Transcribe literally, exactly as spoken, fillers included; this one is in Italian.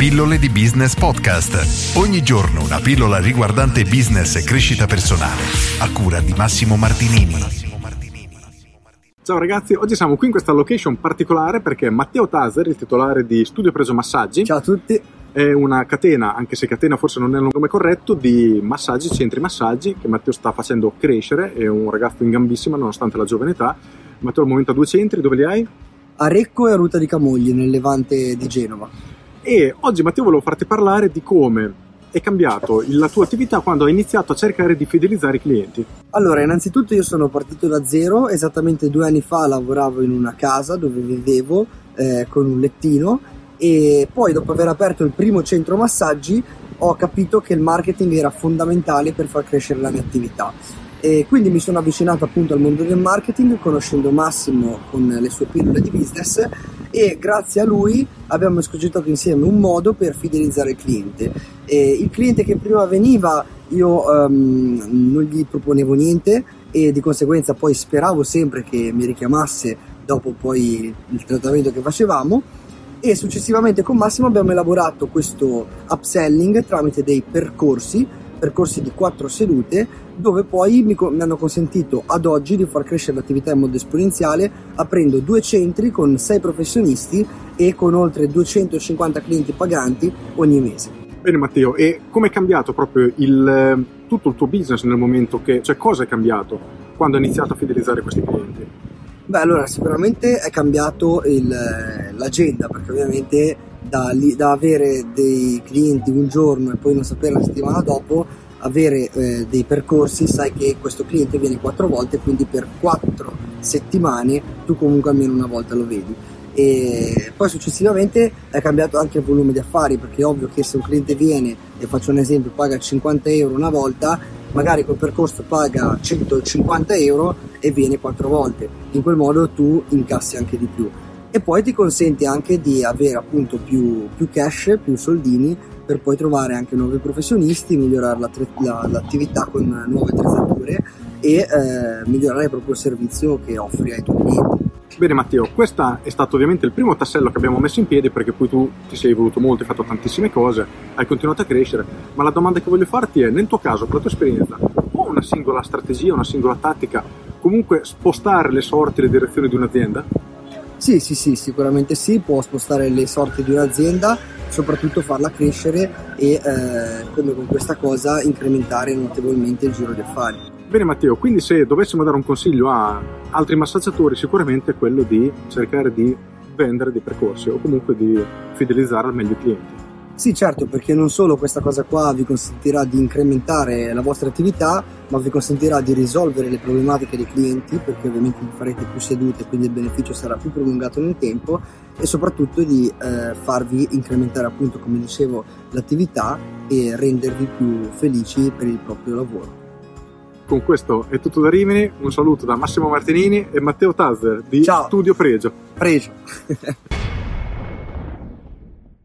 Pillole di Business Podcast. Ogni giorno una pillola riguardante business e crescita personale. A cura di Massimo Martinini. Ciao ragazzi, oggi siamo qui in questa location particolare perché Matteo Taser, il titolare di Studio Preso Massaggi. Ciao a tutti. È una catena, anche se catena forse non è il nome corretto, di massaggi, centri massaggi che Matteo sta facendo crescere. È un ragazzo in gambissima nonostante la giovane età. Matteo al momento ha due centri, dove li hai? A Recco e a Ruta di Camogli, nel Levante di Genova. E oggi Matteo volevo farti parlare di come è cambiato la tua attività quando hai iniziato a cercare di fidelizzare i clienti. Allora, innanzitutto io sono partito da zero, esattamente due anni fa lavoravo in una casa dove vivevo eh, con un lettino, e poi dopo aver aperto il primo centro massaggi ho capito che il marketing era fondamentale per far crescere la mia attività. E quindi mi sono avvicinato appunto al mondo del marketing, conoscendo Massimo con le sue pillole di business, e grazie a lui abbiamo escogitato insieme un modo per fidelizzare il cliente. E il cliente che prima veniva io um, non gli proponevo niente, e di conseguenza poi speravo sempre che mi richiamasse dopo poi il trattamento che facevamo, e successivamente con Massimo abbiamo elaborato questo upselling tramite dei percorsi percorsi di quattro sedute, dove poi mi, mi hanno consentito ad oggi di far crescere l'attività in modo esponenziale, aprendo due centri con sei professionisti e con oltre duecentocinquanta clienti paganti ogni mese. Bene Matteo, e come è cambiato proprio il, tutto il tuo business nel momento che, cioè cosa è cambiato quando hai iniziato a fidelizzare questi clienti? Beh, allora sicuramente è cambiato il, l'agenda, perché ovviamente Da, da avere dei clienti un giorno e poi non sapere la settimana dopo, avere eh, dei percorsi, sai che questo cliente viene quattro volte, quindi per quattro settimane tu comunque almeno una volta lo vedi. E poi successivamente è cambiato anche il volume di affari, perché è ovvio che se un cliente viene, e faccio un esempio, paga cinquanta euro una volta, magari col percorso paga centocinquanta euro e viene quattro volte. In quel modo tu incassi anche di più. E poi ti consente anche di avere appunto più, più cash, più soldini, per poi trovare anche nuovi professionisti, migliorare la, la, l'attività con nuove attrezzature e eh, migliorare proprio il servizio che offri ai tuoi clienti. Bene Matteo, questo è stato ovviamente il primo tassello che abbiamo messo in piedi, perché poi tu ti sei evoluto molto, hai fatto tantissime cose, hai continuato a crescere, ma la domanda che voglio farti è, nel tuo caso, per la tua esperienza, può una singola strategia, una singola tattica comunque spostare le sorti e le direzioni di un'azienda? Sì, sì, sì, sicuramente sì, può spostare le sorti di un'azienda, soprattutto farla crescere e, eh, come con questa cosa, incrementare notevolmente il giro di affari. Bene Matteo, quindi se dovessimo dare un consiglio a altri massaggiatori, sicuramente è quello di cercare di vendere dei percorsi o comunque di fidelizzare al meglio i clienti. Sì, certo, perché non solo questa cosa qua vi consentirà di incrementare la vostra attività, ma vi consentirà di risolvere le problematiche dei clienti, perché ovviamente vi farete più sedute, quindi il beneficio sarà più prolungato nel tempo, e soprattutto di eh, farvi incrementare, appunto, come dicevo, l'attività e rendervi più felici per il proprio lavoro. Con questo è tutto da Rimini, un saluto da Massimo Martinini e Matteo Taser di Ciao. Studio Pregio. Pregio.